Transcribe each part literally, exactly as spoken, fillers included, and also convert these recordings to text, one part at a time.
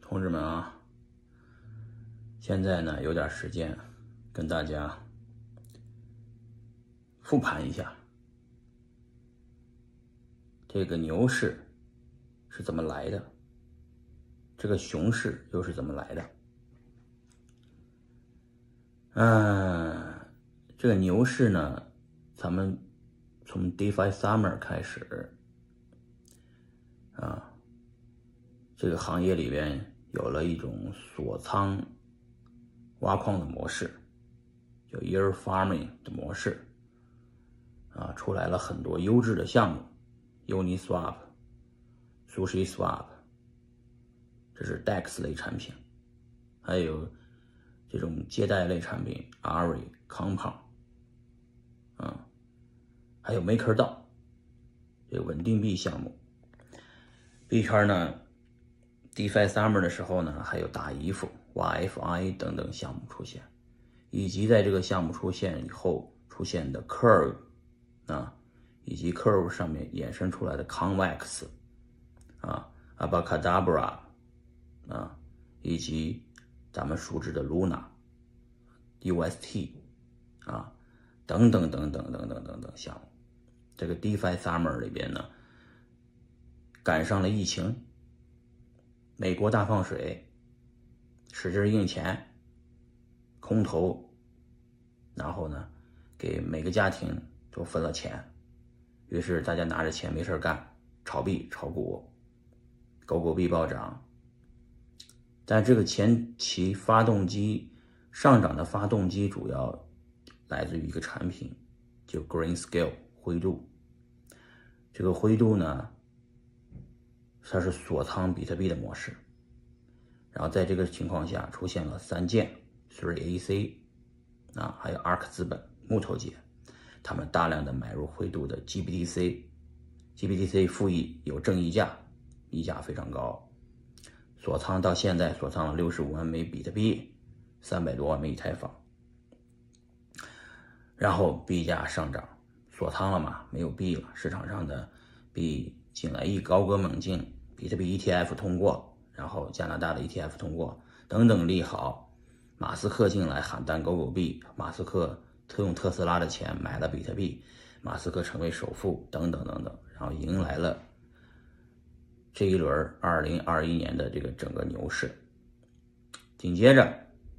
同志们啊，现在呢有点时间跟大家复盘一下这个牛市是怎么来的，这个熊市又是怎么来的。嗯，这个牛市呢，咱们从 DeFi Summer 开始啊，这个行业里边有了一种锁仓挖矿的模式，叫 Year Farming 的模式啊，出来了很多优质的项目 ，Uniswap、SushiSwap， 这是 D E X 类产品，还有这种借贷类产品 Aave、Compound， 啊，还有 MakerDAO 这个稳定币项目。币圈呢 DeFi Summer 的时候呢，还有打衣服 Y F I 等等项目出现，以及在这个项目出现以后出现的 Curve 啊，以及 Curve 上面衍生出来的 Convex 啊 Abacadabra 啊，以及咱们熟知的 Luna、U S T 啊等等等等等等等等项目。这个 DeFi Summer 里边呢，赶上了疫情，美国大放水，使劲印钱，空投，然后呢给每个家庭都分了钱，于是大家拿着钱没事干，炒币炒股，狗狗币暴涨。但这个前期发动机上涨的发动机主要来自于一个产品，就 Grayscale 灰度。这个灰度呢，它是锁仓比特币的模式，然后在这个情况下出现了三箭 三 A C 啊，还有 A R K 资本、木头姐，他们大量的买入灰度的 G B T C，G B T C 负溢有正溢价，溢价非常高，锁仓到现在锁仓了六十五万枚比特币，三百多万枚以太坊，然后币价上涨，锁仓了嘛，没有币了，市场上的币进来一高歌猛进，比特币 E T F 通过，然后加拿大的 E T F 通过等等利好，马斯克进来喊单狗狗币，马斯克特用特斯拉的钱买了比特币，马斯克成为首富等等等等，然后迎来了这一轮二零二一年的这个整个牛市。紧接着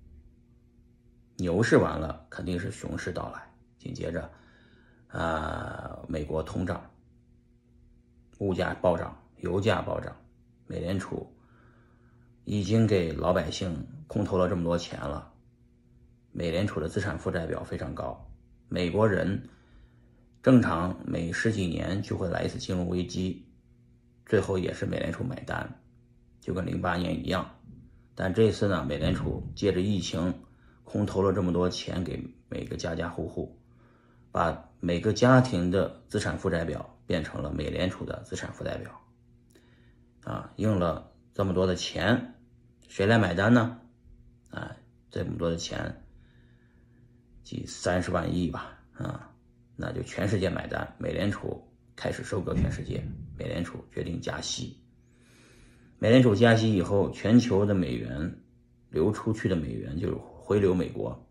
牛市完了，肯定是熊市到来，紧接着呃，美国通胀，物价暴涨，油价暴涨，美联储已经给老百姓空投了这么多钱了，美联储的资产负债表非常高，美国人正常每十几年就会来一次金融危机，最后也是美联储买单，就跟零八年一样。但这次呢，美联储借着疫情空投了这么多钱给每个家家户户，把每个家庭的资产负债表变成了美联储的资产负债表啊，印了这么多的钱，谁来买单呢？啊，这么多的钱几三十万亿吧，啊，那就全世界买单，美联储开始收割全世界，美联储决定加息。美联储加息以后，全球的美元流出去的美元就回流美国，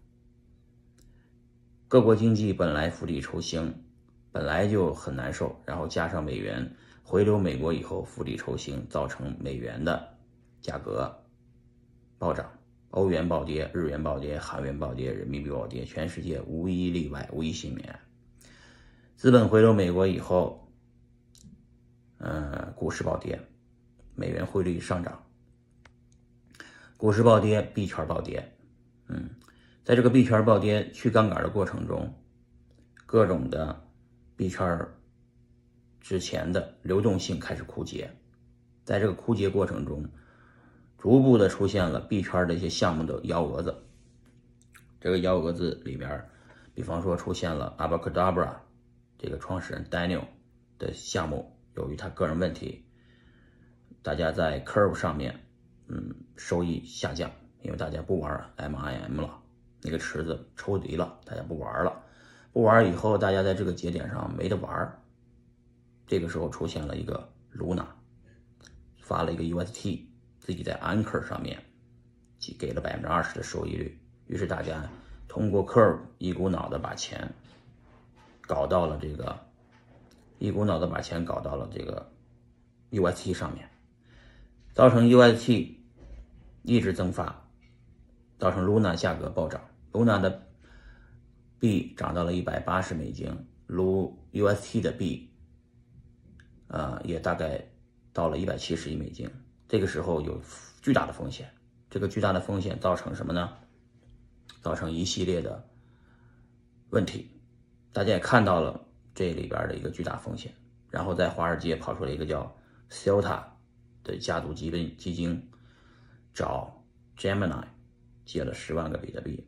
各国经济本来釜底抽薪，本来就很难受，然后加上美元回流美国以后釜底抽薪，造成美元的价格暴涨，欧元暴跌，日元暴跌，韩元暴跌，人民币暴跌，全世界无一例外，无一幸免。资本回流美国以后，呃，股市暴跌，美元汇率上涨，股市暴跌，币圈暴跌，嗯，在这个币圈暴跌去杠杆的过程中，各种的币圈之前的流动性开始枯竭，在这个枯竭过程中，逐步的出现了币圈的一些项目的幺蛾子。这个幺蛾子里边，比方说出现了 Abacadabra 这个创始人 Daniel 的项目，由于他个人问题，大家在 Curve 上面嗯，收益下降，因为大家不玩 M I M 了，那个池子抽离了，大家不玩了，不玩以后大家在这个节点上没得玩，这个时候出现了一个 Luna 发了一个 U S T， 自己在 Anchor 上面给了百分之二十的收益率，于是大家通过 Curve 一股脑的把钱搞到了这个，一股脑的把钱搞到了这个 U S T 上面，造成 U S T 一直增发，造成 Luna 价格暴涨 ，Luna 的币涨到了一百八十美金，如 U S T 的币，呃，也大概到了一百七十亿美金。这个时候有巨大的风险，这个巨大的风险造成什么呢？造成一系列的问题，大家也看到了这里边的一个巨大风险。然后在华尔街跑出了一个叫 Celta 的家族基金基金，找 Gemini 借了十万个比特币，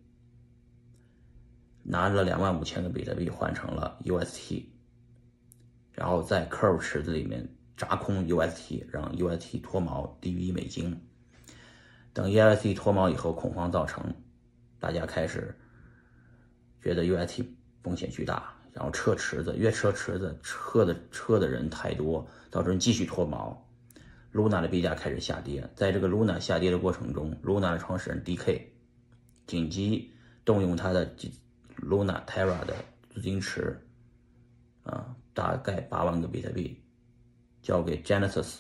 拿了两万五千个比特币换成了 U S T， 然后在 Curve 池子里面砸空 U S T， 让 U S T 脱锚低于一美金。等 U S T 脱锚以后，恐慌造成，大家开始觉得 U S T 风险巨大，然后撤池子，越撤池子，撤的撤的人太多，导致继续脱锚。Luna 的币价开始下跌，在这个 Luna 下跌的过程中 ，Luna 的创始人 D K 紧急动用他的 Luna Terra 的资金池，啊，大概八万个比特币，交给 Genesis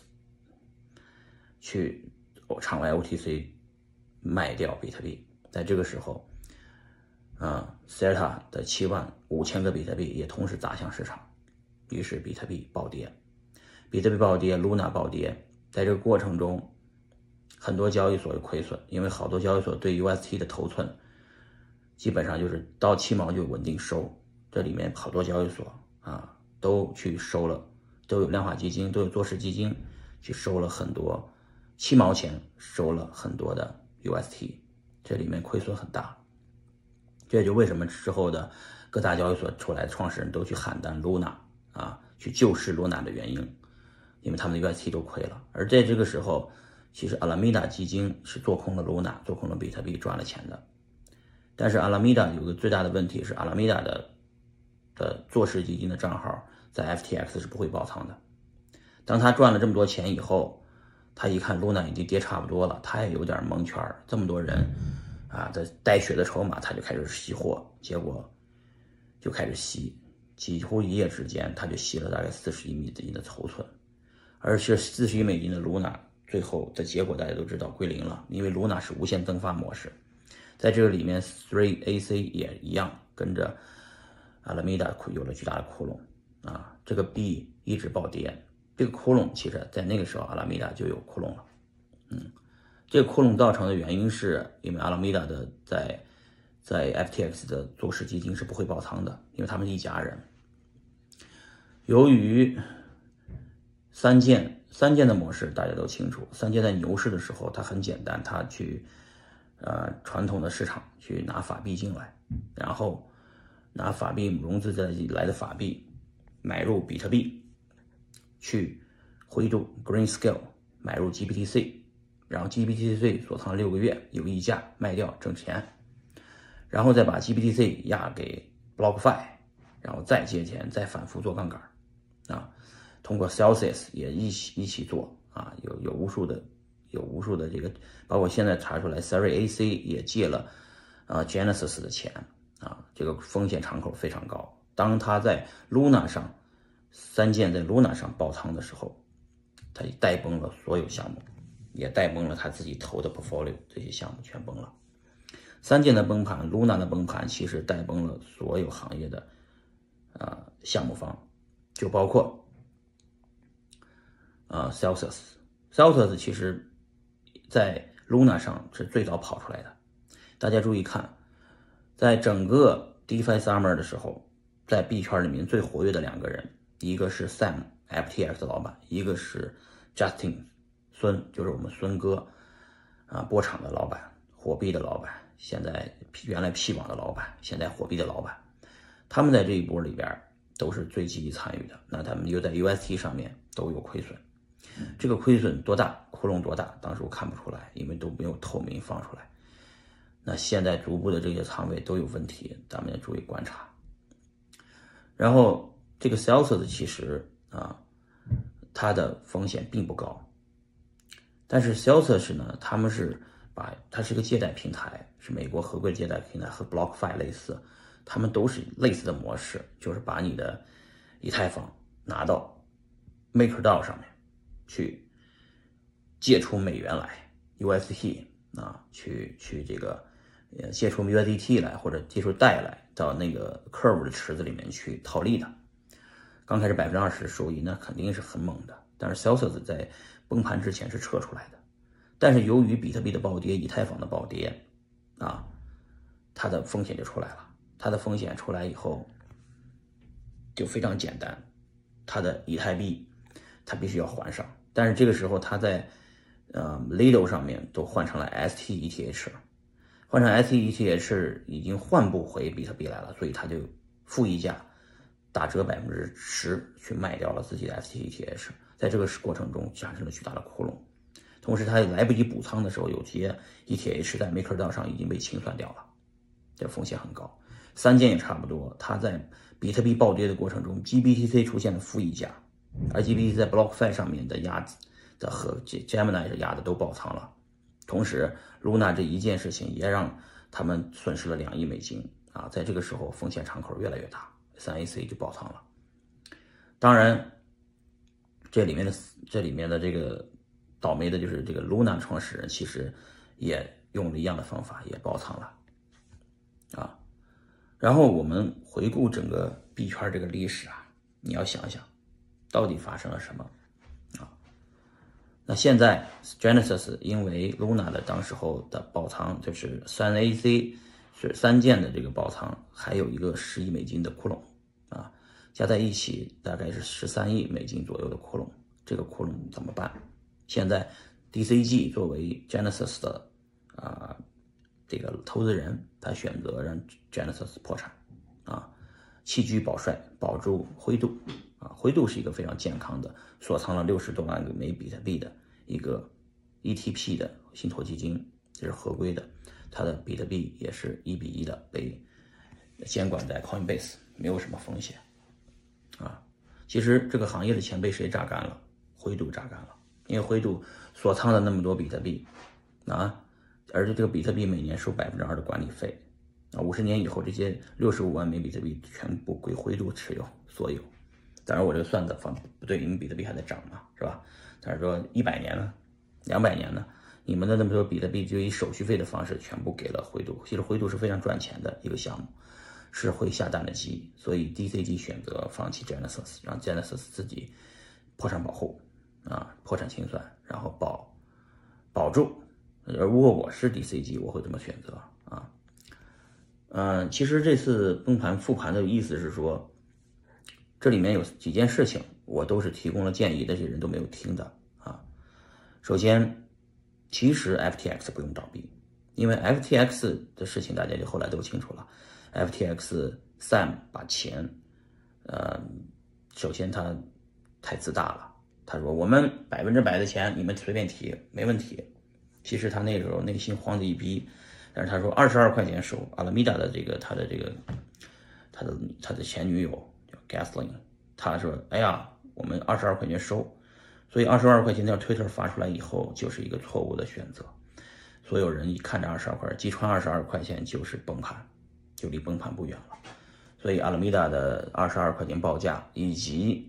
去场外 O T C 卖掉比特币。在这个时候，啊 ，Celta 的七万五千个比特币也同时砸向市场，于是比特币暴跌，比特币暴跌 ，Luna 暴跌。在这个过程中，很多交易所有亏损，因为好多交易所对 U S T 的头寸基本上就是到期毛就稳定收，这里面好多交易所啊都去收了，都有量化基金，都有做市基金去收了很多七毛钱，收了很多的 U S T， 这里面亏损很大。这也就为什么之后的各大交易所出来的创始人都去喊单 Luna 啊，去救市 Luna 的原因，因为他们的 U S T 都亏了。而在这个时候，其实 Alameda 基金是做空了 Luna， 做空了比特币赚了钱的。但是 Alameda 有个最大的问题是 Alameda 的的做市基金的账号在 F T X 是不会爆仓的。当他赚了这么多钱以后，他一看 Luna 已经跌差不多了，他也有点蒙圈，这么多人啊的带血的筹码，他就开始吸货，结果就开始吸，几乎一夜之间他就吸了大概四十亿美金的头寸，而是四十亿美金的 Luna 最后的结果大家都知道归零了，因为 Luna 是无限增发模式。在这个里面 三 A C 也一样跟着 Alameda 有了巨大的窟窿啊，这个币一直暴跌，这个窟窿其实在那个时候 Alameda 就有窟窿了。嗯，这个窟窿造成的原因是因为 Alameda 的在在 F T X 的做市基金是不会爆仓的，因为他们是一家人。由于三件三件的模式大家都清楚，三件在牛市的时候它很简单，它去呃传统的市场去拿法币进来，然后拿法币融资来的法币买入比特币，去汇入 Grayscale 买入 G B T C， 然后 G B T C 锁仓六个月有溢价卖掉挣钱，然后再把 G B T C 押给 BlockFi， 然后再借钱再反复做杠杆啊，通过 Celsius 也一起一起做啊，有有无数的有无数的这个，包括现在查出来 三 A C 也借了啊 Genesis 的钱啊，这个风险敞口非常高。当他在 Luna 上三件在 Luna 上爆仓的时候，他带崩了所有项目，也带崩了他自己投的 portfolio， 这些项目全崩了。三件的崩盘 ，Luna 的崩盘其实带崩了所有行业的呃项目方，就包括呃 Celsius。Celsius 其实在 Luna 上是最早跑出来的。大家注意看，在整个 DeFi Summer 的时候，在币圈里面最活跃的两个人，一个是 Sam F T X 的老板，一个是 Justin 孙，就是我们孙哥啊，波场的老板，火币的老板，现在原来 P 网的老板，现在火币的老板，他们在这一波里边都是最积极参与的。那他们又在 U S T 上面都有亏损，这个亏损多大，窟窿多大，当时我看不出来，因为都没有透明放出来。那现在逐步的这些仓位都有问题，咱们要注意观察。然后这个 Celsius 其实啊，它的风险并不高， 但是 Celsius 呢，他们是把它是一个借贷平台，是美国合规借贷平台，和 BlockFi 类似，他们都是类似的模式，就是把你的以太坊拿到 MakerDAO 上面去借出美元来 U S T 啊，去去这个呃借出 U S D T 来，或者借出贷来到那个 Curve 的池子里面去套利的。刚开始百分之二十收益，那肯定是很猛的。但是 Celsius 在崩盘之前是撤出来的。但是由于比特币的暴跌，以太坊的暴跌啊，它的风险就出来了。它的风险出来以后就非常简单，它的以太币它必须要还上。但是这个时候它在呃 Lido 上面都换成了 S T E T H， 换成 S T E T H 已经换不回比特币来了，所以它就负溢价打折百分之十去卖掉了自己的 S T E T H， 在这个过程中产生了巨大的窟窿。同时它来不及补仓的时候，有些 E T H 在 MakerDAO 上已经被清算掉了，这风险很高。三件也差不多，它在比特币暴跌的过程中 ，G B T C 出现了负溢价，而 G B T C 在 BlockFi 上面的压的和 Gemini 压的都爆仓了。同时 Luna 这一件事情也让他们损失了两亿美金啊，在这个时候风险敞口越来越大， 三 A C 就爆仓了。当然这里面的这里面的这个倒霉的就是这个 Luna 创始人，其实也用了一样的方法，也爆仓了啊。然后我们回顾整个币圈这个历史啊，你要想想到底发生了什么啊？那现在 Genesis 因为 Luna 的当时候的爆仓，就是三 A C 是三件的这个爆仓，还有一个十亿美金的窟窿啊，加在一起大概是十三亿美金左右的窟窿。这个窟窿怎么办？现在 D C G 作为 Genesis 的啊这个投资人，他选择让 Genesis 破产啊，弃车保帅，保住灰度啊。灰度是一个非常健康的，锁仓了六十多万个枚比特币的一个 E T P 的信托基金，这是合规的。它的比特币也是一比一的被监管在 Coinbase， 没有什么风险啊。其实这个行业的钱被谁榨干了？灰度榨干了，因为灰度锁仓了那么多比特币啊。而且这个比特币每年收百分之二的管理费啊，五十年以后，这些六十五万枚比特币全部归灰度持有所有。当然，我这个算的方不对，因为比特币还在涨嘛，是吧？但是说一百年呢，两百年呢，你们的那么多比特币就以手续费的方式全部给了灰度。其实灰度是非常赚钱的一个项目，是会下蛋的鸡，所以 D C G 选择放弃 Genesis， 让 Genesis 自己破产保护啊，破产清算，然后保保住。而如果我是 D C G， 我会这么选择啊。嗯，其实这次崩盘复盘的意思是说，这里面有几件事情我都是提供了建议，这些人都没有听的啊。首先，其实 F T X 不用倒闭，因为 F T X 的事情大家就后来都清楚了。F T X Sam 把钱，呃，首先他太自大了，他说我们百分之百的钱你们随便提，没问题。其实他那时候内心慌得一逼，但是他说二十二块钱收阿拉米达的这个他的这个他的他的前女友叫 Gosling， 他说哎呀我们二十二块钱收，所以二十二块钱在推特发出来以后就是一个错误的选择，所有人一看着二十二块，击穿二十二块钱就是崩盘，就离崩盘不远了。所以阿拉米达的二十二块钱报价以及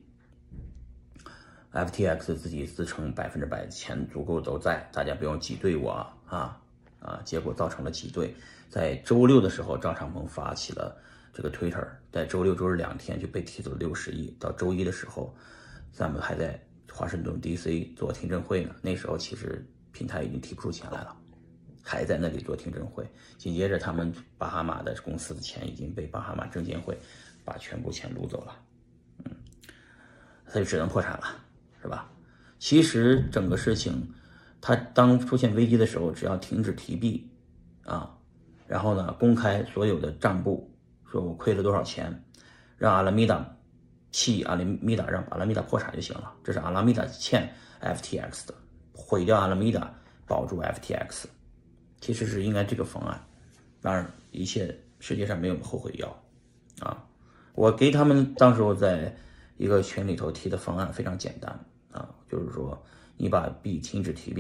F T X 自己自称百分之百的钱足够都在，大家不用挤兑我啊啊！结果造成了挤兑。在周六的时候，张长鹏发起了这个 Twitter， 在周六周日两天就被提走了六十亿。到周一的时候，咱们还在华盛顿 D C 做听证会呢，那时候其实平台已经提不出钱来了，还在那里做听证会。紧接着，他们巴哈马的公司的钱已经被巴哈马证监会把全部钱撸走了，嗯，他就只能破产了。是吧？其实整个事情，它当出现危机的时候，只要停止提币啊，然后呢，公开所有的账簿，说我亏了多少钱，让阿拉米达弃阿拉米达，让阿拉米达破产就行了。这是阿拉米达欠 F T X 的，毁掉阿拉米达，保住 F T X， 其实是应该这个方案。当然，一切世界上没有后悔药啊！我给他们当时候在一个群里头提的方案非常简单。啊，就是说你把币停止提币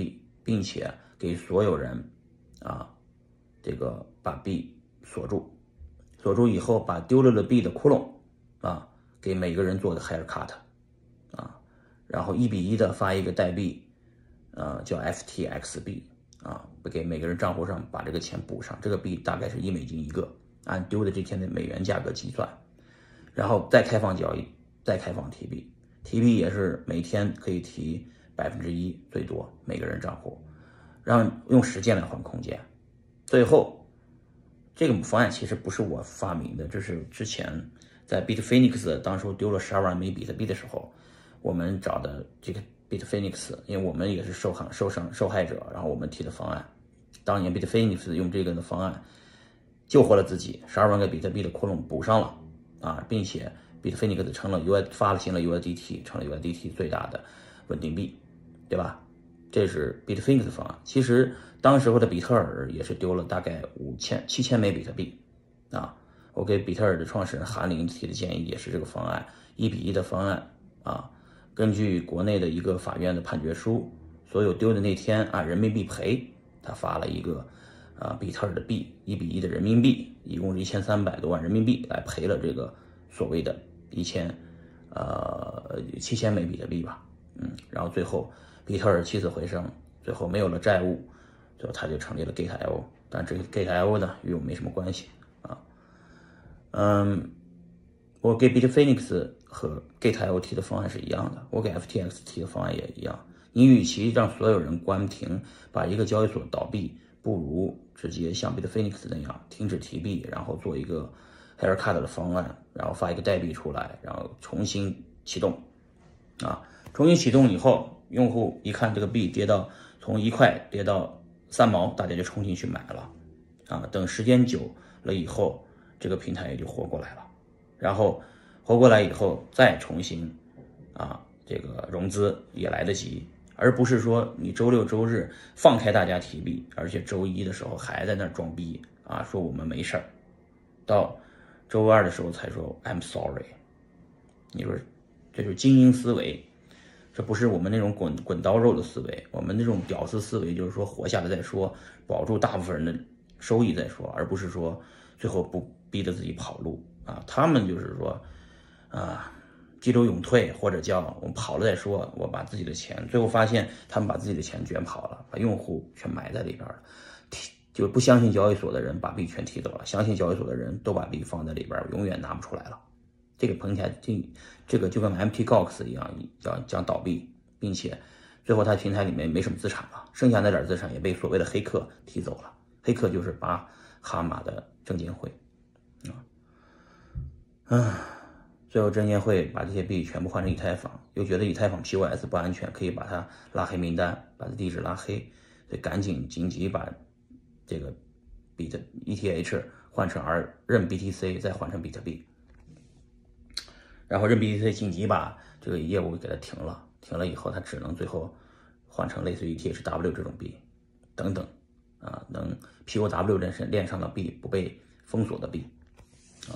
并且给所有人啊这个把币锁住，锁住以后把丢了的币的窟窿啊给每个人做个 haircut 啊，然后一比一的发一个代币，呃叫 F T X 币啊，给每个人账户上把这个钱补上，这个币大概是一美金一个，按丢的这天的美元价格计算，然后再开放交易，再开放提币，提币也是每天可以提百分之一最多每个人账户，让用时间来换空间。最后这个方案其实不是我发明的，这是之前在 Bitfinex 当初丢了十二万枚比特币的时候，我们找的这个 Bitfinex， 因为我们也是受害受伤受害者，然后我们提的方案。当年 Bitfinex 用这个的方案救活了自己，十二万个比特币的窟窿补上了啊，并且 Bitfinex 成了 U 发行了 U S D T， 成了 U S D T 最大的稳定币，对吧？这是 Bitfinex 的方案。其实当时候的比特尔也是丢了大概五千七千枚比特币啊。我给比特尔的创始人韩林提的建议也是这个方案，一比一的方案啊。根据国内的一个法院的判决书，所有丢的那天按人民币赔，他发了一个啊比特尔的币一比一的人民币，一共是一千三百多万人民币来赔了这个所谓的一千呃七千枚比特币吧，嗯，然后最后比特尔起死回生，最后没有了债务，最后他就成立了 Gate I O， 但这个 Gate I O 呢与我没什么关系啊。嗯，我给 Bitfinex 和 Gate I O 提的方案是一样的，我给 F T X 提的方案也一样。你与其让所有人关停，把一个交易所倒闭，不如直接像 Bitfinex 那样停止提币，然后做一个 haircut 的方案，然后发一个代币出来，然后重新启动啊。重新启动以后，用户一看这个币跌到从一块跌到三毛，大家就冲进去买了啊。等时间久了以后，这个平台也就活过来了。然后活过来以后再重新啊这个融资也来得及，而不是说你周六周日放开大家提币，而且周一的时候还在那装逼啊，说我们没事儿，到周二的时候才说 I'm sorry。 你说这就是精英思维，这不是我们那种滚滚刀肉的思维，我们那种屌丝思维就是说活下来再说，保住大部分人的收益再说，而不是说最后不逼着自己跑路啊。他们就是说啊激流勇退，或者叫我们跑了再说，我把自己的钱，最后发现他们把自己的钱卷跑了，把用户全埋在里边了，就不相信交易所的人把币全提走了，相信交易所的人都把币放在里边，永远拿不出来了。这个平台这这个就跟 M T G O X 一样，将将倒闭，并且最后它平台里面没什么资产了，剩下那点资产也被所谓的黑客提走了。黑客就是巴哈马的证监会啊，嗯。最后证监会把这些币全部换成以太坊，又觉得以太坊 P O S 不安全，可以把它拉黑名单，把它地址拉黑，所以赶紧紧急把这个比特 E T H 换成 R 任 B T C， 再换成比特币，然后任 B T C 紧急把这个业务给它停了，停了以后它只能最后换成类似于 E T H W 这种币等等啊，能 P O W 链上链上的币不被封锁的币啊。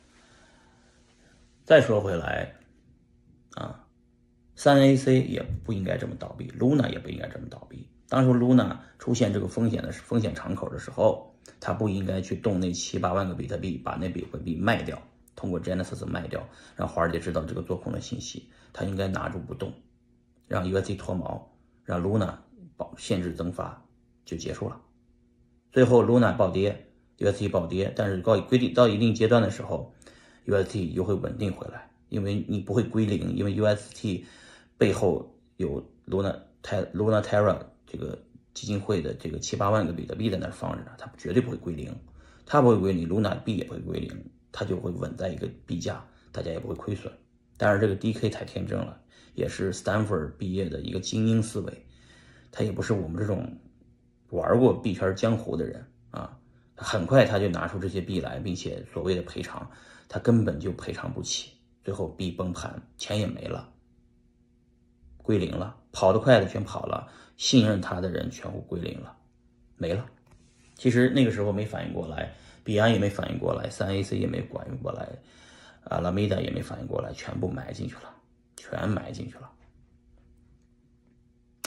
再说回来啊，三 A C 也不应该这么倒闭， Luna 也不应该这么倒闭。当初 Luna 出现这个风险的风险敞口的时候，它不应该去动那七八万个比特币，把那比特币卖掉，通过 Genesis 卖掉，让华尔街知道这个做空的信息。它应该拿住不动，让 U S D 脱锚，让 Luna 保限制增发，就结束了。最后 Luna 暴跌， U S D 暴跌，但是到规定到一定阶段的时候，U S T 又会稳定回来，因为你不会归零，因为 U S T 背后有 Luna Luna Terra 这个基金会的这个七八万个比特币在那放着呢，它绝对不会归零，它不会归零 ，Luna 币也不会归零，它就会稳在一个币价，大家也不会亏损。当然，这个 D K 太天真了，也是 Stanford 毕业的一个精英思维，他也不是我们这种玩过币圈江湖的人啊，很快他就拿出这些币来，并且所谓的赔偿。他根本就赔偿不起，最后币崩盘，钱也没了，归零了，跑得快的全跑了，信任他的人全部归零了，没了。其实那个时候没反应过来，币安也没反应过来，三 A C 也没反应过来，啊，拉米达也没反应过来，全部埋进去了，全埋进去了。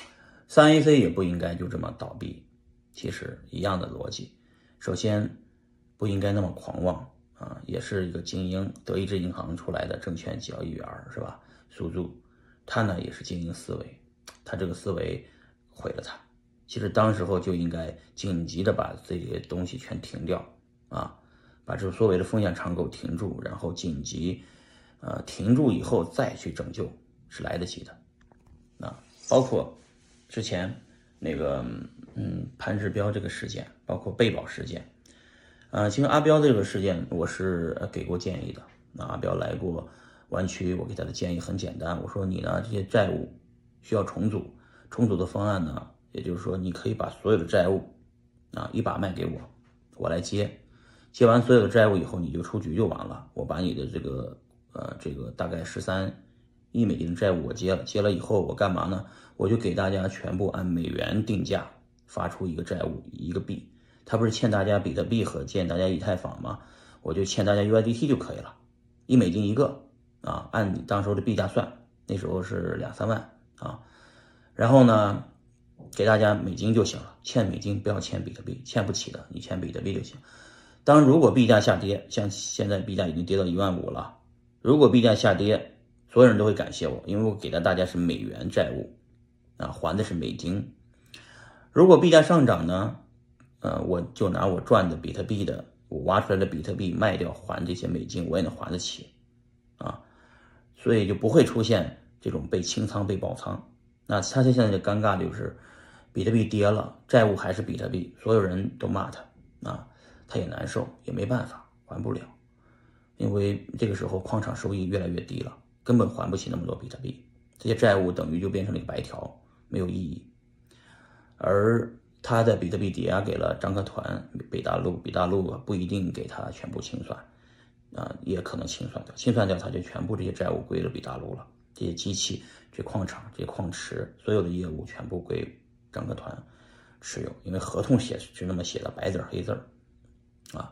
三 A C 也不应该就这么倒闭，其实一样的逻辑。首先不应该那么狂妄啊，也是一个精英，德意志银行出来的证券交易员是吧？苏柱，他呢也是精英思维，他这个思维毁了他。其实当时候就应该紧急的把这些东西全停掉啊，把这所谓的风险敞口停住，然后紧急呃停住以后再去拯救是来得及的啊。包括之前那个嗯潘志彪这个事件，包括贝宝事件，呃，其实阿彪这个事件我是给过建议的。那阿彪来过湾区，我给他的建议很简单，我说你呢这些债务需要重组，重组的方案呢，也就是说你可以把所有的债务啊一把卖给我，我来接，接完所有的债务以后你就出局就完了，我把你的这个呃这个大概十三亿美金的债务我接了，接了以后我干嘛呢？我就给大家全部按美元定价发出一个债务一个币，他不是欠大家比特币和欠大家以太坊吗？我就欠大家 U S D T 就可以了，一美金一个啊，按你当时候的币价算，那时候是两三万啊，然后呢给大家美金就行了，欠美金不要欠比特币，欠不起的你欠比特币就行。当如果币价下跌，像现在币价已经跌到一万五了，如果币价下跌，所有人都会感谢我，因为我给的大家是美元债务啊，还的是美金。如果币价上涨呢，呃，我就拿我赚的比特币的，我挖出来的比特币卖掉还这些美金，我也能还得起啊，所以就不会出现这种被清仓被爆仓。那他现在的尴尬就是比特币跌了，债务还是比特币，所有人都骂他啊，他也难受，也没办法，还不了，因为这个时候矿场收益越来越低了，根本还不起那么多比特币，这些债务等于就变成了一个白条，没有意义。而他的比特币抵押给了张克团、北大陆，北大陆不一定给他全部清算啊，也可能清算掉，清算掉他就全部这些债务归了北大陆了，这些机器、这矿场、这些矿池，所有的业务全部归张克团持有，因为合同写是那么写的，白字黑字啊，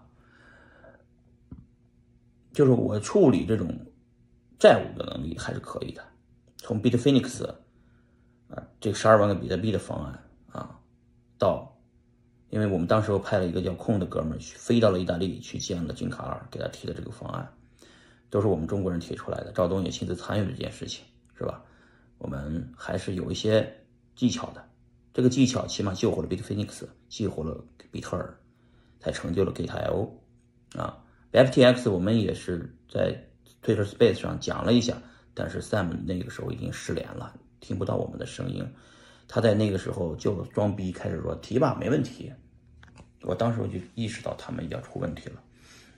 就是我处理这种债务的能力还是可以的。从 Bitfinex 啊这十二万个比特币的方案啊，到因为我们当时派了一个叫空的哥们儿飞到了意大利去见了金卡尔，给他提的这个方案，都是我们中国人提出来的，赵东也亲自参与这件事情，是吧？我们还是有一些技巧的，这个技巧起码救活了 Bitfinex， 救活了比特尔，才成就了 Gate I O 啊。F T X 我们也是在 Twitter Space 上讲了一下，但是 Sam 那个时候已经失联了，听不到我们的声音。他在那个时候就装逼，开始说提吧，没问题。我当时我就意识到他们要出问题了。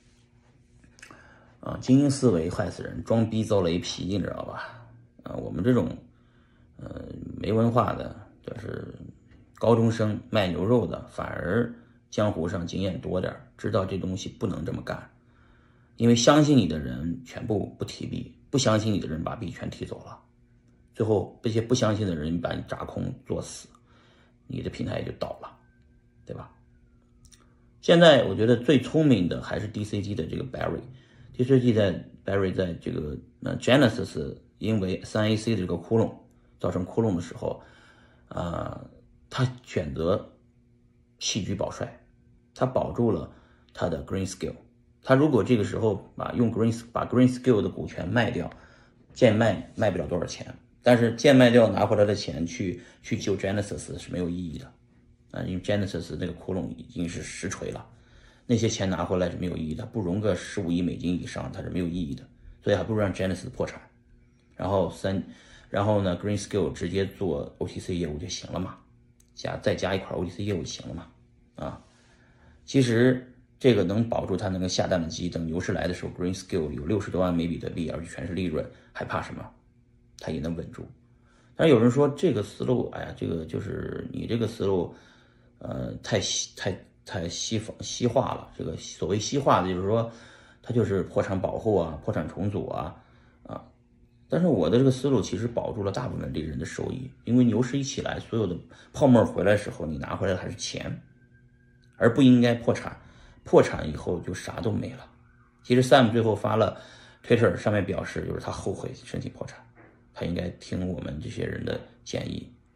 啊，精英思维害死人，装逼遭雷劈，你知道吧？啊，我们这种呃没文化的，就是高中生卖牛肉的，反而江湖上经验多点，知道这东西不能这么干。因为相信你的人全部不提币，不相信你的人把币全提走了，最后这些不相信的人把你砸空做死，你的平台也就倒了，对吧？现在我觉得最聪明的还是 D C G 的这个 Barry，D C G 在 Barry 在这个呃 Genesis 因为 三 A C 的这个窟窿造成窟窿的时候，啊、呃，他选择弃车保帅，他保住了他的 Greenscale。他如果这个时候把用 Green 把 Greenscale 的股权卖掉，贱卖卖不了多少钱，但是贱卖掉拿回来的钱去去救 Genesis 是没有意义的啊，因为 Genesis 那个窟窿已经是实锤了，那些钱拿回来是没有意义的，不融个十五亿美金以上它是没有意义的，所以还不如让 Genesis 破产，然后三，然后呢 Greenscale 直接做 O T C 业务就行了嘛，加再加一块 O T C 业务就行了嘛，啊，其实。这个能保住它能够下蛋的鸡，等牛市来的时候 Greenscale 有六十多万枚比特币，而且全是利润，还怕什么？它也能稳住。但是有人说这个思路，哎呀，这个就是你这个思路，呃，太太太西方西化了。这个所谓西化的，就是说它就是破产保护啊，破产重组啊，啊。但是我的这个思路其实保住了大部分利润的收益，因为牛市一起来，所有的泡沫回来的时候，你拿回来的还是钱，而不应该破产。破产以后就啥都没了。其实 Sam 最后发了 Twitter 上面表示，就是他后悔申请破产，他应该听我们这些人的建议，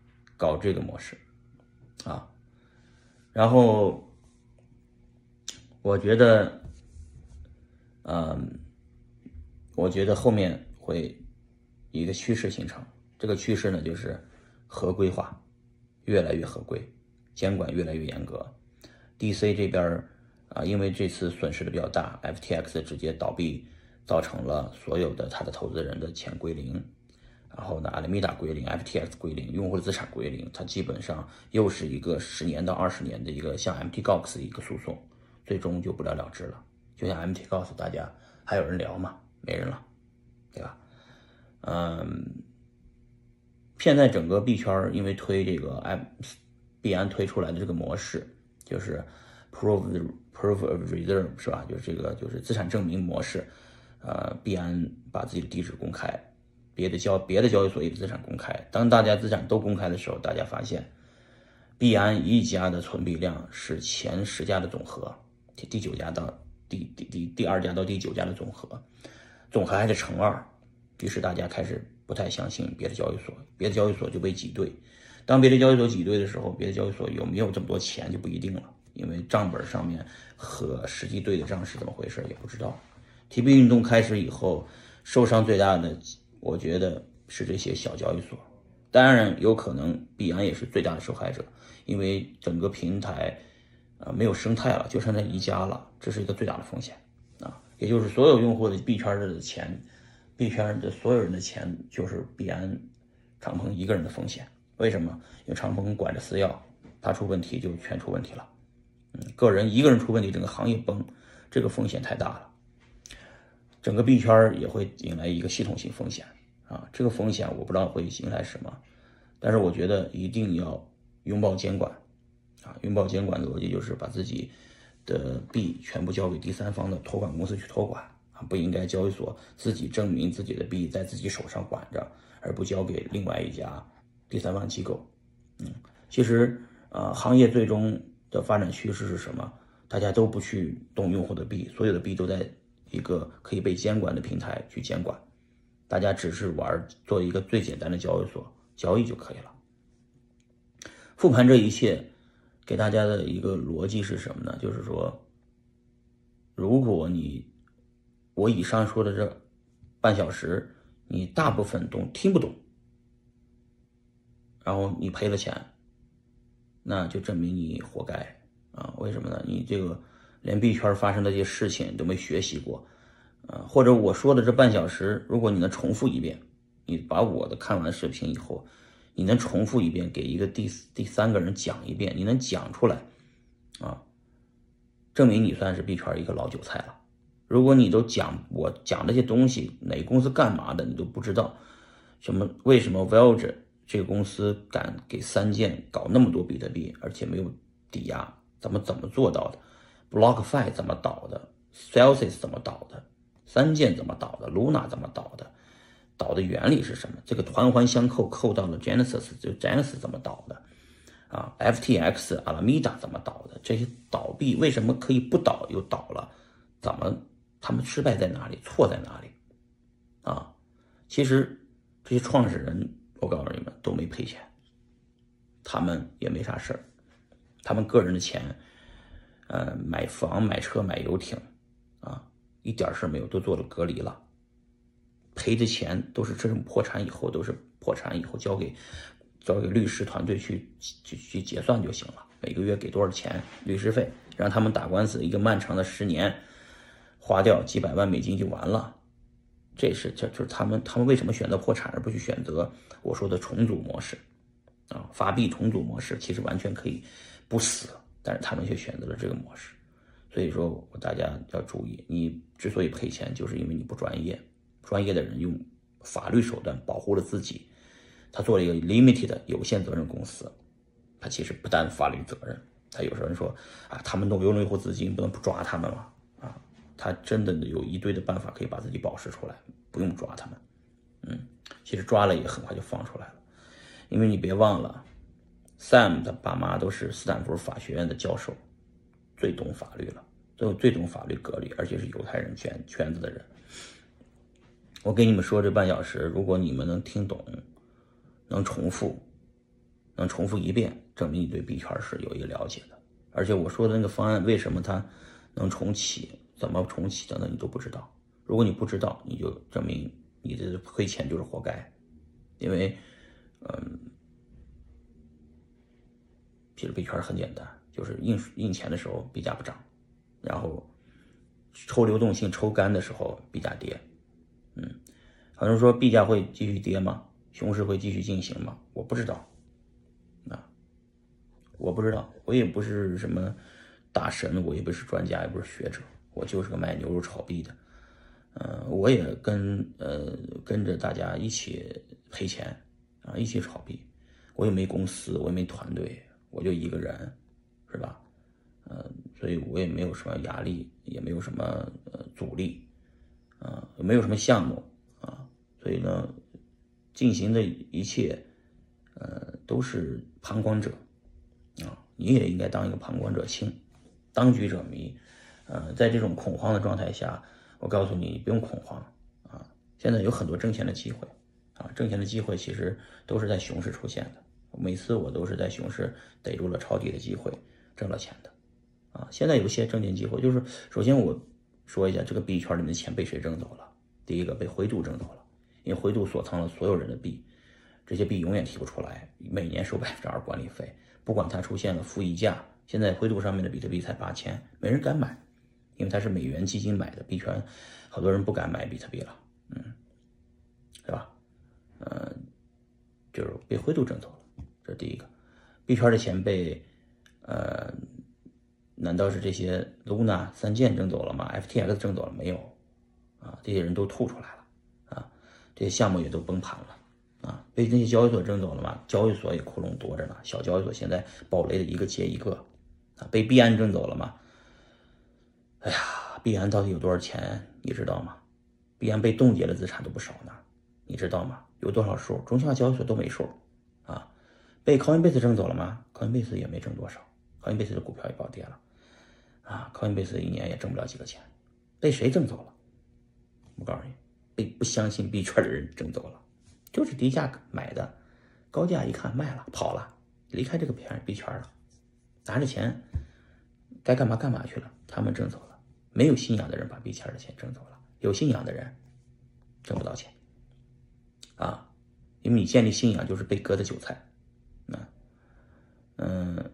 搞这个模式啊。然后我觉得，嗯，我觉得后面会一个趋势形成，这个趋势呢就是合规化，越来越合规，监管越来越严格。D C 这边啊，因为这次损失的比较大 ，F T X 直接倒闭，造成了所有的他的投资人的钱归零，然后呢，阿拉米达归零 ，F T X 归零，用户的资产归零，它基本上又是一个十年到二十年的一个像 M T G O X 的一个诉讼，最终就不了了之了。就像 M T G O X 大家还有人聊吗？没人了，对吧？嗯，现在整个币圈因为推这个 M 币安推出来的这个模式，就是 Proof Proof of Reserve 是吧？就是这个就是资产证明模式，呃，币安把自己的地址公开，别的交别的交易所也资产公开。当大家资产都公开的时候，大家发现币安一家的存币量是前十家的总和，第第九家到第第第第二家到第九家的总和，总和还是乘二。于是大家开始不太相信别的交易所，别的交易所就被挤兑。当别的交易所挤兑的时候，别的交易所有没有这么多钱就不一定了，因为账本上面和实际对的账是怎么回事也不知道。T B 运动开始以后，受伤最大的，我觉得是这些小交易所。当然，有可能币安也是最大的受害者，因为整个平台啊、呃、没有生态了，就剩下一家了，这是一个最大的风险啊。也就是所有用户的币圈的钱，币圈的所有人的钱就是币安长鹏一个人的风险。为什么？因为长鹏管着私钥，他出问题就全出问题了。嗯，个人一个人出问题，整个行业崩，这个风险太大了。整个币圈也会迎来一个系统性风险啊，这个风险我不知道会迎来什么，但是我觉得一定要拥抱监管啊，拥抱监管的逻辑就是把自己的币全部交给第三方的托管公司去托管啊，不应该交易所自己证明自己的币在自己手上管着，而不交给另外一家第三方机构。嗯，其实呃，行业最终的发展趋势是什么？大家都不去动用户的币，所有的币都在一个可以被监管的平台去监管，大家只是玩做一个最简单的交易所交易就可以了。复盘这一切给大家的一个逻辑是什么呢？就是说，如果你我以上说的这半小时你大部分都听不懂，然后你赔了钱，那就证明你活该啊！为什么呢？你这个连币圈发生的这些事情都没学习过，啊，或者我说的这半小时，如果你能重复一遍，你把我的看完视频以后，你能重复一遍，给一个第第三个人讲一遍，你能讲出来，啊，证明你算是币圈一个老韭菜了。如果你都讲我讲这些东西，哪个公司干嘛的你都不知道，什么为什么 Voyager 这个公司敢给三箭搞那么多比特币，而且没有抵押，怎么怎么做到的 ？BlockFi 怎么导的 ？Celsius 怎么导的？三箭怎么导的 ？Luna 怎么导的？导的原理是什么？这个环环相扣，扣到了 Genesis， 就 Genesis 怎么导的？啊 ，F T X、阿拉米达怎么导的？这些倒闭为什么可以不倒又倒了？怎么他们失败在哪里？错在哪里？啊，其实这些创始人，我告诉你们都没赔钱，他们也没啥事儿，他们个人的钱，呃，买房、买车、买游艇，啊，一点事儿没有，都做了隔离了。赔的钱都是这种破产以后，都是破产以后交给交给律师团队去去去结算就行了，每个月给多少钱律师费，让他们打官司，一个漫长的十年，花掉几百万美金就完了。这是这就是他们他们为什么选择破产而不去选择我说的重组模式啊？发币重组模式其实完全可以不死，但是他们却选择了这个模式。所以说大家要注意，你之所以赔钱，就是因为你不专业。专业的人用法律手段保护了自己，他做了一个 limited 有限责任公司，他其实不担法律责任。他有时候人说啊，他们动用用户资金，不能不抓他们吗？啊，他真的有一堆的办法可以把自己保释出来，不用抓他们。嗯，其实抓了也很快就放出来了，因为你别忘了 ，Sam 的爸妈都是斯坦福法学院的教授，最懂法律了，最最懂法律格律，而且是犹太人圈圈子的人。我给你们说这半小时，如果你们能听懂，能重复，能能重复一遍，证明你对币圈是有一个了解的。而且我说的那个方案，为什么它能重启，怎么重启等等，你都不知道。如果你不知道，你就证明你这亏钱就是活该。因为，嗯，其实币圈很简单，就是印印钱的时候币价不涨，然后抽流动性抽干的时候币价跌。嗯，好像说币价会继续跌吗？熊市会继续进行吗？我不知道。啊，我不知道，我也不是什么大神，我也不是专家，也不是学者，我就是个卖牛肉炒币的。呃，我也跟呃跟着大家一起赔钱啊，一起炒币。我也没公司，我也没团队，我就一个人，是吧？呃，所以我也没有什么压力，也没有什么呃阻力，啊，也没有什么项目啊，所以呢，进行的一切，呃，都是旁观者啊，你也应该当一个旁观者清，当局者迷。呃，在这种恐慌的状态下，我告诉你，不用恐慌啊！现在有很多挣钱的机会啊，挣钱的机会其实都是在熊市出现的。每次我都是在熊市逮住了抄底的机会，挣了钱的啊。现在有些挣钱机会，就是首先我说一下，这个币圈里面的钱被谁挣走了？第一个被灰度挣走了，因为灰度锁仓了所有人的币，这些币永远提不出来，每年收百分之二管理费，不管它出现了负溢价，现在灰度上面的比特币才八千，没人敢买。因为它是美元基金买的币圈，好多人不敢买比特币了，嗯，是吧？呃，就是被灰度挣走了，这是第一个。币圈的钱被，呃，难道是这些 Luna 三剑挣走了吗 ？F T X 挣走了没有？啊，这些人都吐出来了，啊，这些项目也都崩盘了，啊，被那些交易所挣走了吗？交易所也窟窿多着呢，小交易所现在暴雷的一个接一个，啊，被币安挣走了吗？哎呀，币安到底有多少钱？你知道吗？币安被冻结的资产都不少呢，你知道吗？有多少数？中心化交易所都没数啊。被 Coinbase 挣走了吗 ？Coinbase 也没挣多少 ，Coinbase 的股票也暴跌了啊 ，Coinbase 一年也挣不了几个钱。被谁挣走了？我告诉你，被不相信币圈的人挣走了，就是低价买的，高价一看卖了跑了，离开这个币圈了，拿着钱该干嘛干嘛去了，他们挣走了。没有信仰的人把币圈的钱挣走了，有信仰的人挣不到钱啊！因为你建立信仰就是被割的韭菜，啊，嗯，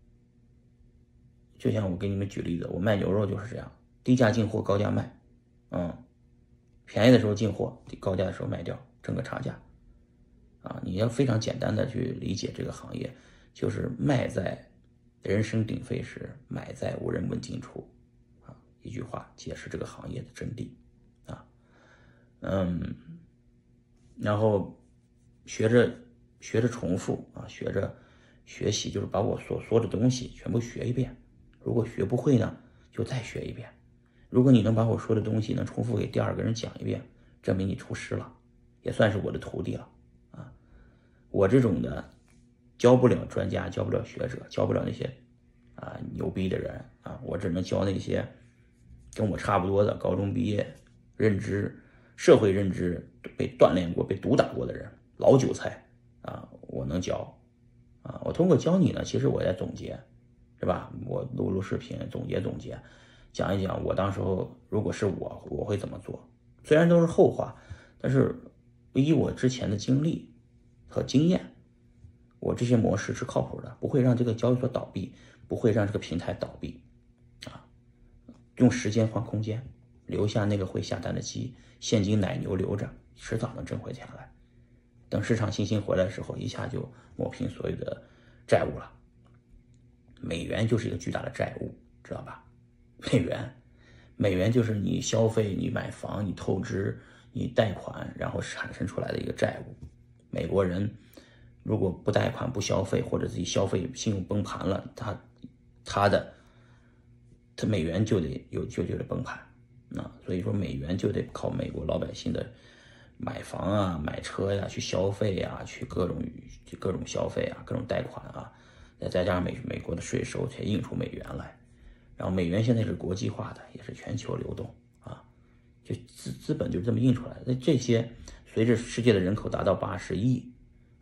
就像我给你们举例子，我卖牛肉就是这样，低价进货，高价卖，嗯，便宜的时候进货，高价的时候卖掉，挣个差价，啊，你要非常简单的去理解这个行业，就是卖在人声鼎沸时，买在无人问津处。一句话解释这个行业的真谛啊，嗯，然后学着学着重复啊，学着学习，就是把我所说的东西全部学一遍。如果学不会呢，就再学一遍。如果你能把我说的东西能重复给第二个人讲一遍，证明你出师了，也算是我的徒弟了啊。我这种的教不了专家，教不了学者，教不了那些啊牛逼的人啊，我只能教那些跟我差不多的高中毕业、认知、社会认知被锻炼过、被毒打过的人，老韭菜啊，我能教啊。我通过教你呢，其实我在总结，是吧？我录录视频，总结总结，讲一讲我当时候如果是我，我会怎么做。虽然都是后话，但是以我之前的经历和经验，我这些模式是靠谱的，不会让这个交易所倒闭，不会让这个平台倒闭。用时间换空间，留下那个会下单的鸡，现金奶牛留着，迟早能挣回钱来。等市场信心回来的时候，一下就抹平所有的债务了。美元就是一个巨大的债务，知道吧？美元，美元就是你消费、你买房、你透支、你贷款，然后产生出来的一个债务。美国人如果不贷款、不消费，或者自己消费信用崩盘了，他他的。它美元就得有就就得崩盘，啊，所以说美元就得靠美国老百姓的买房啊、买车呀、去消费呀、去各种去各种消费啊、各种贷款啊，再再加上美美国的税收才印出美元来，然后美元现在是国际化的，也是全球流动啊，就资资本就这么印出来的。那这些随着世界的人口达到八十亿啊，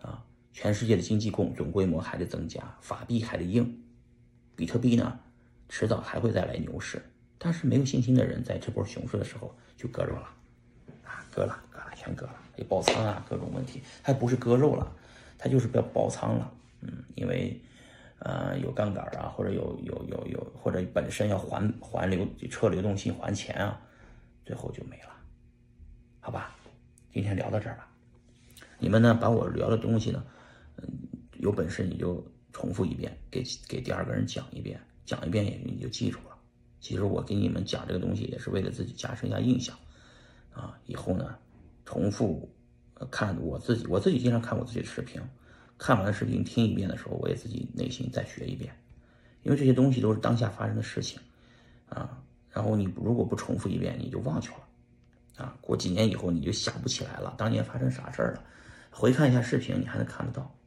全世界的经济共总规模还得增加，法币还得硬，比特币呢，迟早还会再来牛市。但是没有信心的人，在这波熊市的时候就割肉了，啊，割了，割了，全割了，也爆仓啊，各种问题，它不是割肉了，它就是要爆仓了，嗯，因为，呃，有杠杆啊，或者有有有有，或者本身要还还流撤流动性还钱啊，最后就没了，好吧，今天聊到这儿吧。你们呢，把我聊的东西呢，嗯，有本事你就重复一遍，给给第二个人讲一遍，讲一遍也你就记住了。其实我给你们讲这个东西也是为了自己加深一下印象，啊，以后呢，重复看我自己，我自己经常看我自己的视频，看完视频听一遍的时候，我也自己内心再学一遍，因为这些东西都是当下发生的事情，啊，然后你如果不重复一遍，你就忘去了，啊，过几年以后你就想不起来了，当年发生啥事儿了，回看一下视频，你还能看得到。